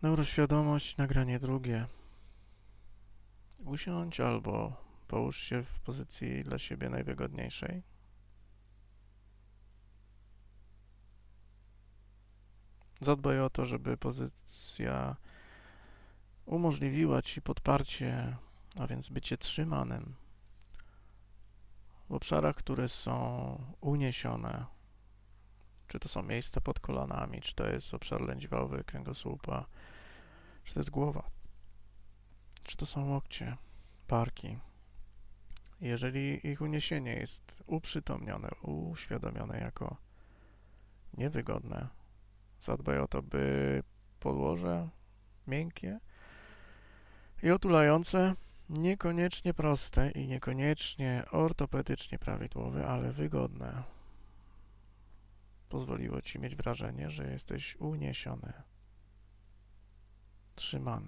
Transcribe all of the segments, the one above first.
Neuroświadomość, nagranie drugie. Usiądź albo połóż się w pozycji dla siebie najwygodniejszej. Zadbaj o to, żeby pozycja umożliwiła Ci podparcie, a więc bycie trzymanym w obszarach, które są uniesione. Czy to są miejsca pod kolanami, czy to jest obszar lędźwiowy kręgosłupa, czy to jest głowa, czy to są łokcie, barki. Jeżeli ich uniesienie jest uprzytomnione, uświadomione jako niewygodne, zadbaj o to, by podłoże miękkie i otulające, niekoniecznie proste i niekoniecznie ortopedycznie prawidłowe, ale wygodne, pozwoliło Ci mieć wrażenie, że jesteś uniesiony, trzymany.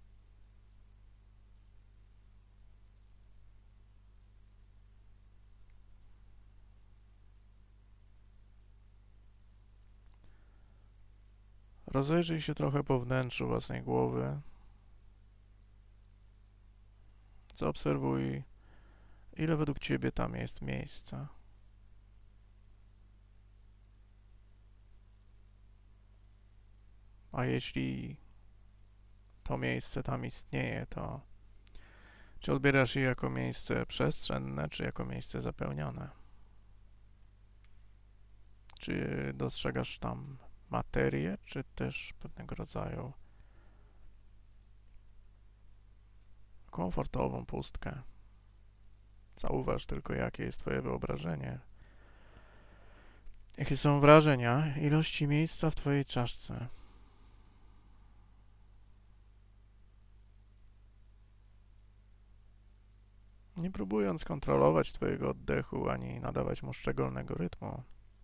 Rozejrzyj się trochę po wnętrzu własnej głowy. Zaobserwuj, ile według Ciebie tam jest miejsca. A jeśli to miejsce tam istnieje, to czy odbierasz je jako miejsce przestrzenne, czy jako miejsce zapełnione? Czy dostrzegasz tam materię, czy też pewnego rodzaju komfortową pustkę? Zauważ tylko, jakie jest Twoje wyobrażenie. Jakie są wrażenia ilości miejsca w Twojej czaszce? Nie próbując kontrolować Twojego oddechu, ani nadawać mu szczególnego rytmu.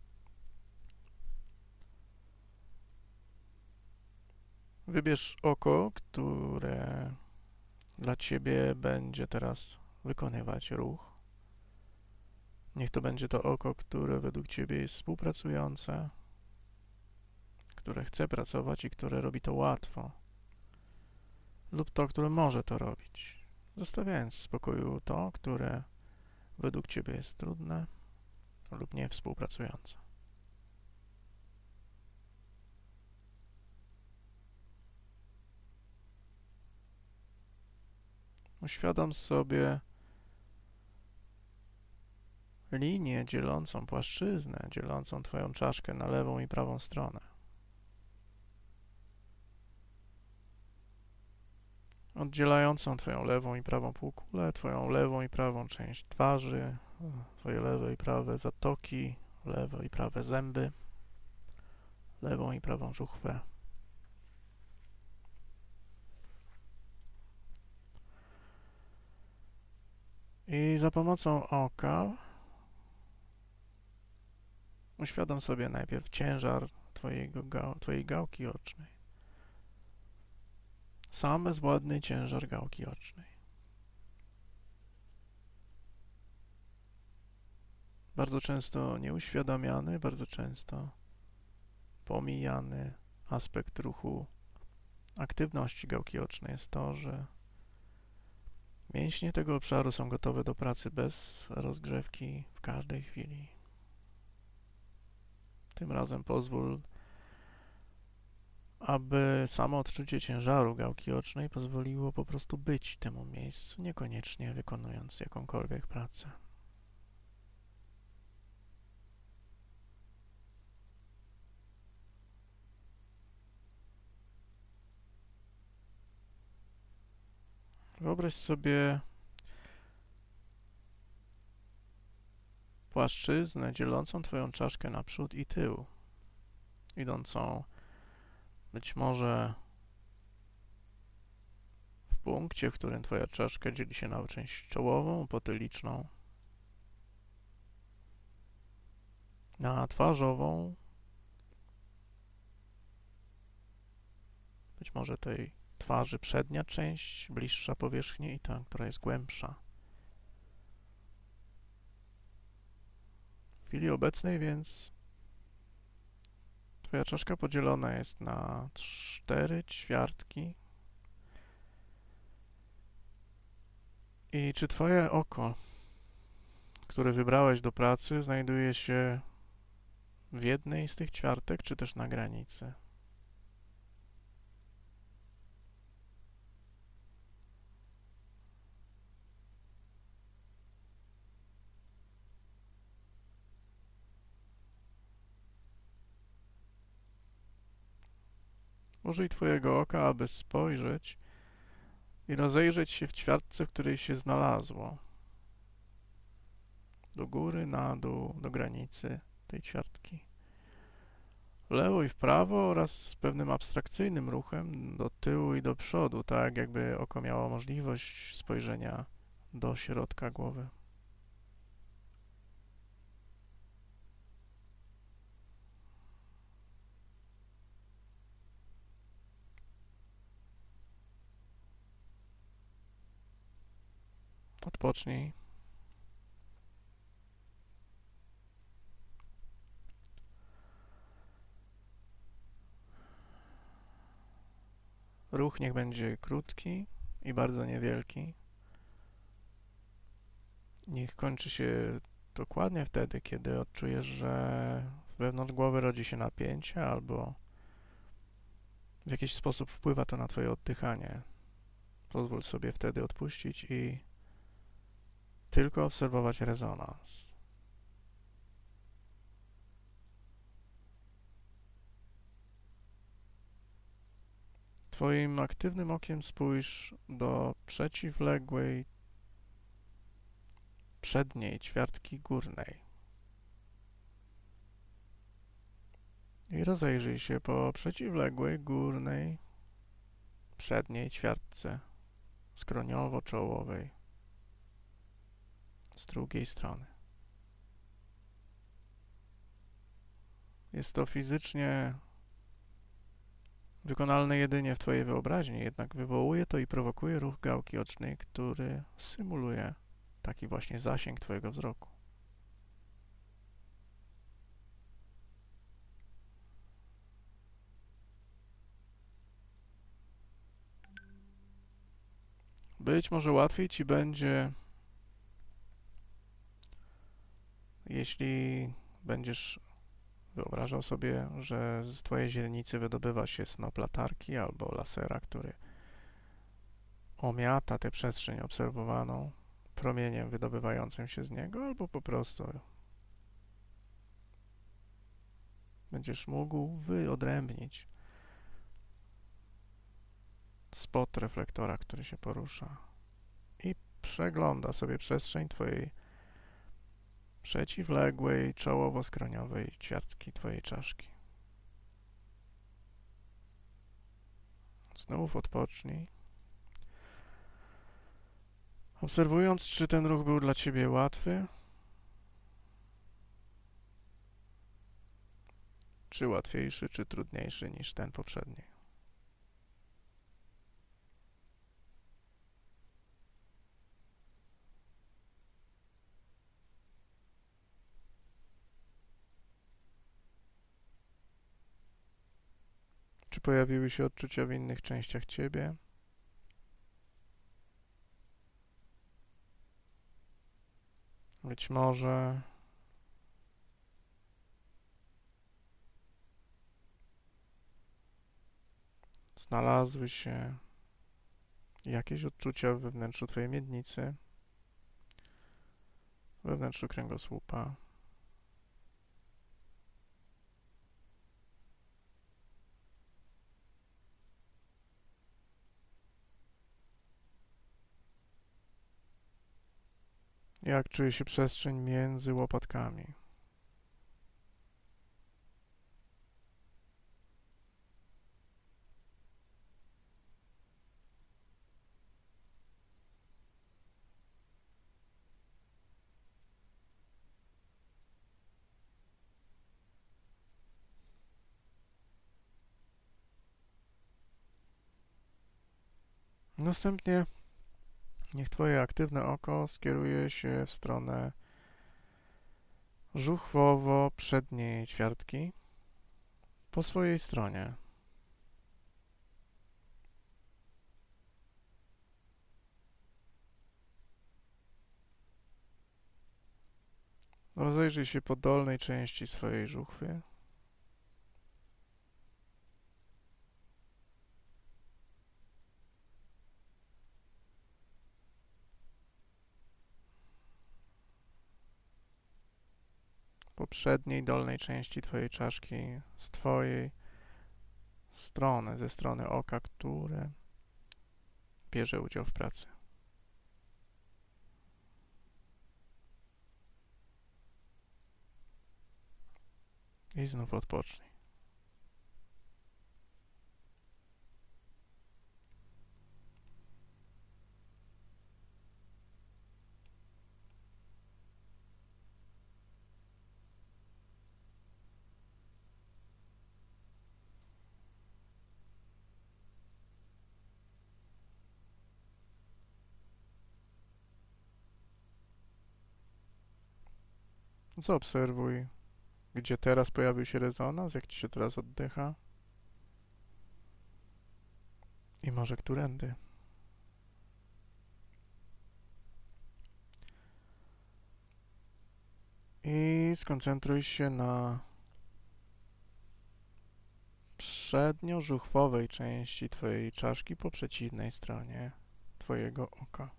Wybierz oko, które dla Ciebie będzie teraz wykonywać ruch. Niech to będzie to oko, które według Ciebie jest współpracujące, które chce pracować i które robi to łatwo, lub to, które może to robić, zostawiając w spokoju to, które według Ciebie jest trudne lub nie współpracujące. Uświadom sobie linię dzielącą, płaszczyznę dzielącą Twoją czaszkę na lewą i prawą stronę. Oddzielającą Twoją lewą i prawą półkulę, Twoją lewą i prawą część twarzy, Twoje lewe i prawe zatoki, lewe i prawe zęby, lewą i prawą żuchwę. I za pomocą oka uświadom sobie najpierw ciężar Twojej gałki ocznej. Sam bezwładny ciężar gałki ocznej. Bardzo często nieuświadomiony, bardzo często pomijany aspekt ruchu aktywności gałki ocznej jest to, że mięśnie tego obszaru są gotowe do pracy bez rozgrzewki w każdej chwili. Tym razem pozwól, aby samo odczucie ciężaru gałki ocznej pozwoliło po prostu być temu miejscu, niekoniecznie wykonując jakąkolwiek pracę. Wyobraź sobie płaszczyznę dzielącą Twoją czaszkę na przód i tył, idącą być może w punkcie, w którym Twoja czaszka dzieli się na część czołową, potyliczną, na twarzową, być może tej twarzy przednia część, bliższa powierzchni i ta, która jest głębsza. W chwili obecnej więc Twoja czaszka podzielona jest na 4 ćwiartki. I czy Twoje oko, które wybrałeś do pracy, znajduje się w jednej z tych ćwiartek, czy też na granicy? Użyj Twojego oka, aby spojrzeć i rozejrzeć się w ćwiartce, w której się znalazło. Do góry, na dół, do granicy tej ćwiartki. W lewo i w prawo oraz z pewnym abstrakcyjnym ruchem do tyłu i do przodu, tak jakby oko miało możliwość spojrzenia do środka głowy. Odpocznij. Ruch niech będzie krótki i bardzo niewielki. Niech kończy się dokładnie wtedy, kiedy odczujesz, że wewnątrz głowy rodzi się napięcie albo w jakiś sposób wpływa to na Twoje oddychanie. Pozwól sobie wtedy odpuścić i tylko obserwować rezonans. Twoim aktywnym okiem spójrz do przeciwległej przedniej ćwiartki górnej i rozejrzyj się po przeciwległej górnej przedniej ćwiartce skroniowo-czołowej z drugiej strony. Jest to fizycznie wykonalne jedynie w Twojej wyobraźni, jednak wywołuje to i prowokuje ruch gałki ocznej, który symuluje taki właśnie zasięg Twojego wzroku. Być może łatwiej Ci będzie, jeśli będziesz wyobrażał sobie, że z Twojej źrenicy wydobywa się snop latarki albo lasera, który omiata tę przestrzeń obserwowaną promieniem wydobywającym się z niego, albo po prostu będziesz mógł wyodrębnić spot reflektora, który się porusza i przegląda sobie przestrzeń Twojej przeciwległej, czołowo-skroniowej ćwiartki Twojej czaszki. Znów odpocznij, obserwując, czy ten ruch był dla Ciebie łatwy, czy łatwiejszy, czy trudniejszy niż ten poprzedni. Czy pojawiły się odczucia w innych częściach Ciebie? Być może znalazły się jakieś odczucia we wnętrzu Twojej miednicy, we wnętrzu kręgosłupa. Jak czuje się przestrzeń między łopatkami? Następnie niech Twoje aktywne oko skieruje się w stronę żuchwowo-przedniej ćwiartki, po swojej stronie. Rozejrzyj się po dolnej części swojej żuchwy. Po przedniej dolnej części twojej czaszki z twojej strony, ze strony oka, które bierze udział w pracy. I znów odpocznij. Zaobserwuj, gdzie teraz pojawił się rezonans, jak ci się teraz oddycha i może którędy. I skoncentruj się na przednio-żuchwowej części twojej czaszki po przeciwnej stronie twojego oka.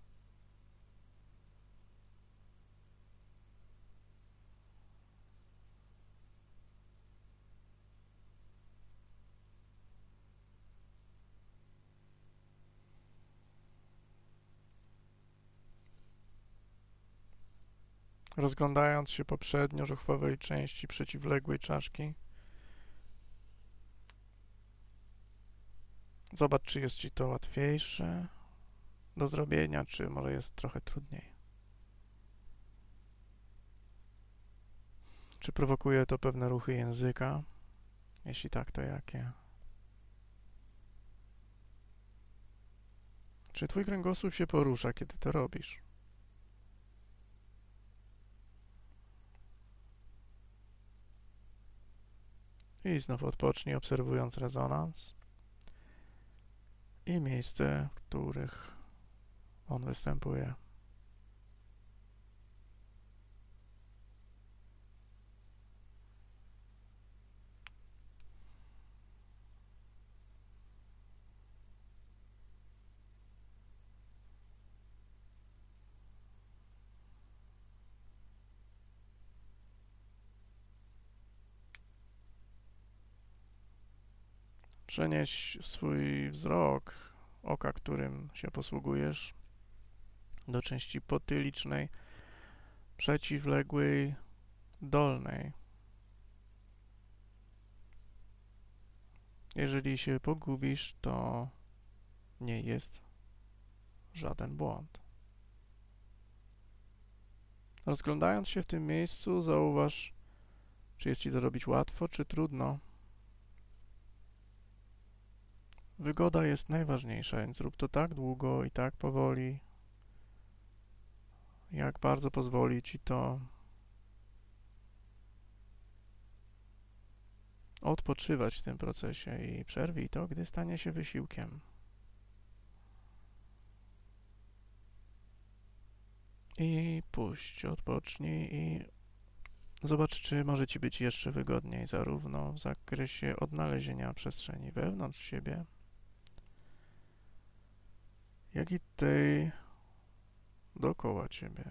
Rozglądając się po przednio-żuchwowej części przeciwległej czaszki, zobacz, czy jest ci to łatwiejsze do zrobienia, czy może jest trochę trudniej. Czy prowokuje to pewne ruchy języka? Jeśli tak, to jakie? Czy twój kręgosłup się porusza, kiedy to robisz? I znów odpocznij, obserwując rezonans i miejsce, w których on występuje. Przenieś swój wzrok oka, którym się posługujesz, do części potylicznej, przeciwległej dolnej. Jeżeli się pogubisz, to nie jest żaden błąd. Rozglądając się w tym miejscu, zauważ, czy jest ci to robić łatwo, czy trudno. Wygoda jest najważniejsza, więc rób to tak długo i tak powoli, jak bardzo pozwoli ci to odpoczywać w tym procesie i przerwij to, gdy stanie się wysiłkiem. I puść, odpocznij i zobacz, czy może ci być jeszcze wygodniej, zarówno w zakresie odnalezienia przestrzeni wewnątrz siebie, jak i tej dookoła ciebie.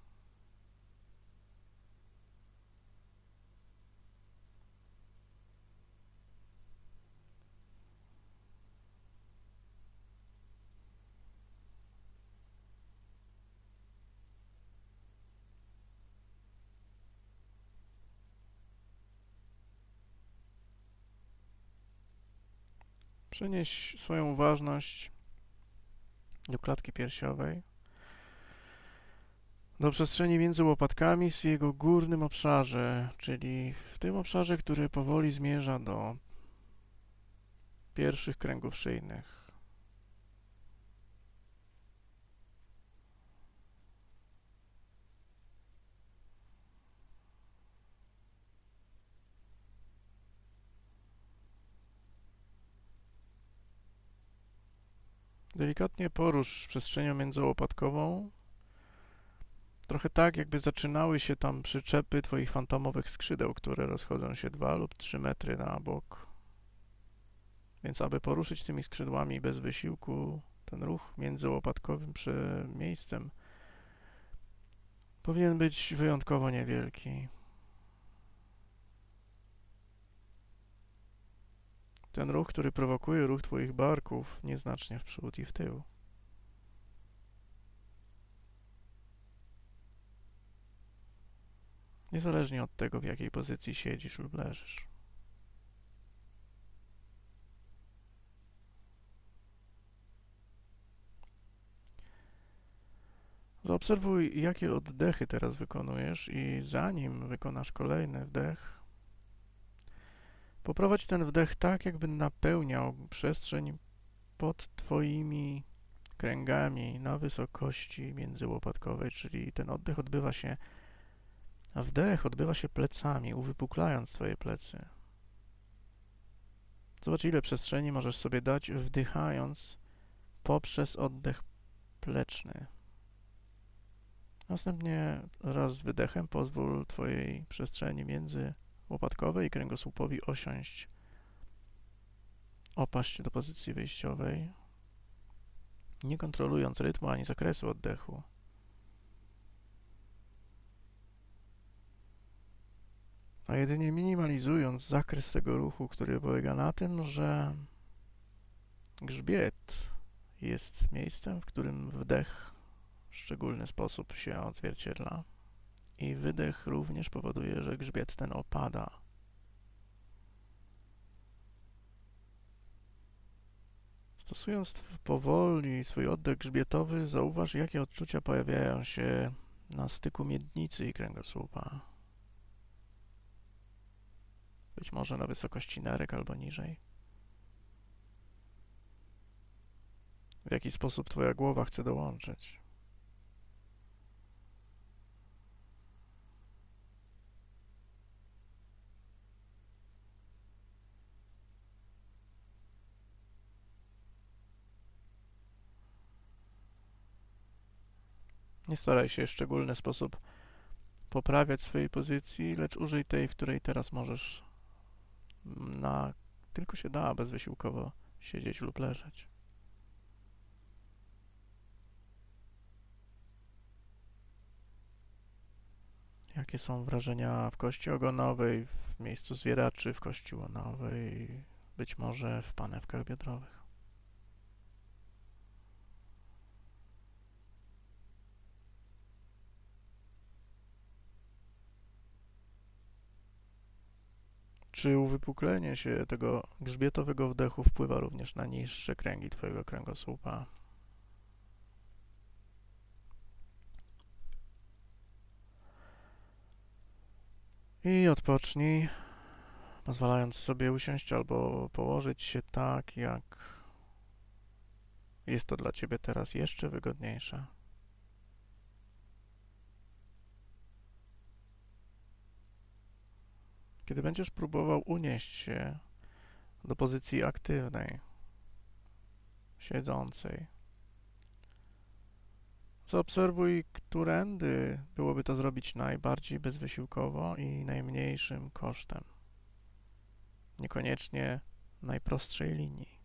Przenieś swoją uważność do klatki piersiowej, do przestrzeni między łopatkami w jego górnym obszarze, czyli w tym obszarze, który powoli zmierza do pierwszych kręgów szyjnych. Delikatnie porusz przestrzenią międzyłopatkową, trochę tak, jakby zaczynały się tam przyczepy twoich fantomowych skrzydeł, które rozchodzą się 2 lub 3 metry na bok. Więc aby poruszyć tymi skrzydłami bez wysiłku, ten ruch międzyłopatkowym miejscem powinien być wyjątkowo niewielki. Ten ruch, który prowokuje ruch twoich barków nieznacznie w przód i w tył. Niezależnie od tego, w jakiej pozycji siedzisz lub leżysz. Zaobserwuj, jakie oddechy teraz wykonujesz i zanim wykonasz kolejny wdech, poprowadź ten wdech tak, jakby napełniał przestrzeń pod twoimi kręgami na wysokości międzyłopatkowej, czyli ten oddech odbywa się, a wdech odbywa się plecami, uwypuklając twoje plecy. Zobacz, ile przestrzeni możesz sobie dać, wdychając poprzez oddech pleczny. Następnie wraz z wydechem pozwól twojej przestrzeni międzyłopatkowej i kręgosłupowi opaść do pozycji wyjściowej, nie kontrolując rytmu ani zakresu oddechu. A jedynie minimalizując zakres tego ruchu, który polega na tym, że grzbiet jest miejscem, w którym wdech w szczególny sposób się odzwierciedla i wydech również powoduje, że grzbiet ten opada. Stosując powoli swój oddech grzbietowy, zauważ, jakie odczucia pojawiają się na styku miednicy i kręgosłupa. Być może na wysokości nerek albo niżej. W jaki sposób twoja głowa chce dołączyć. Nie staraj się w szczególny sposób poprawiać swojej pozycji, lecz użyj tej, w której teraz możesz tylko się da bezwysiłkowo siedzieć lub leżeć. Jakie są wrażenia w kości ogonowej, w miejscu zwieraczy, w kości łonowej, być może w panewkach biodrowych? Czy uwypuklenie się tego grzbietowego wdechu wpływa również na niższe kręgi twojego kręgosłupa? I odpocznij, pozwalając sobie usiąść albo położyć się tak, jak jest to dla ciebie teraz jeszcze wygodniejsze. Kiedy będziesz próbował unieść się do pozycji aktywnej, siedzącej, zaobserwuj, którędy byłoby to zrobić najbardziej bezwysiłkowo i najmniejszym kosztem. Niekoniecznie najprostszej linii.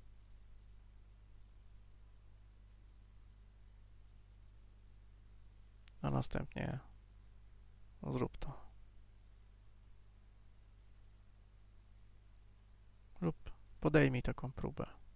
A następnie zrób to. Lub podejmij taką próbę.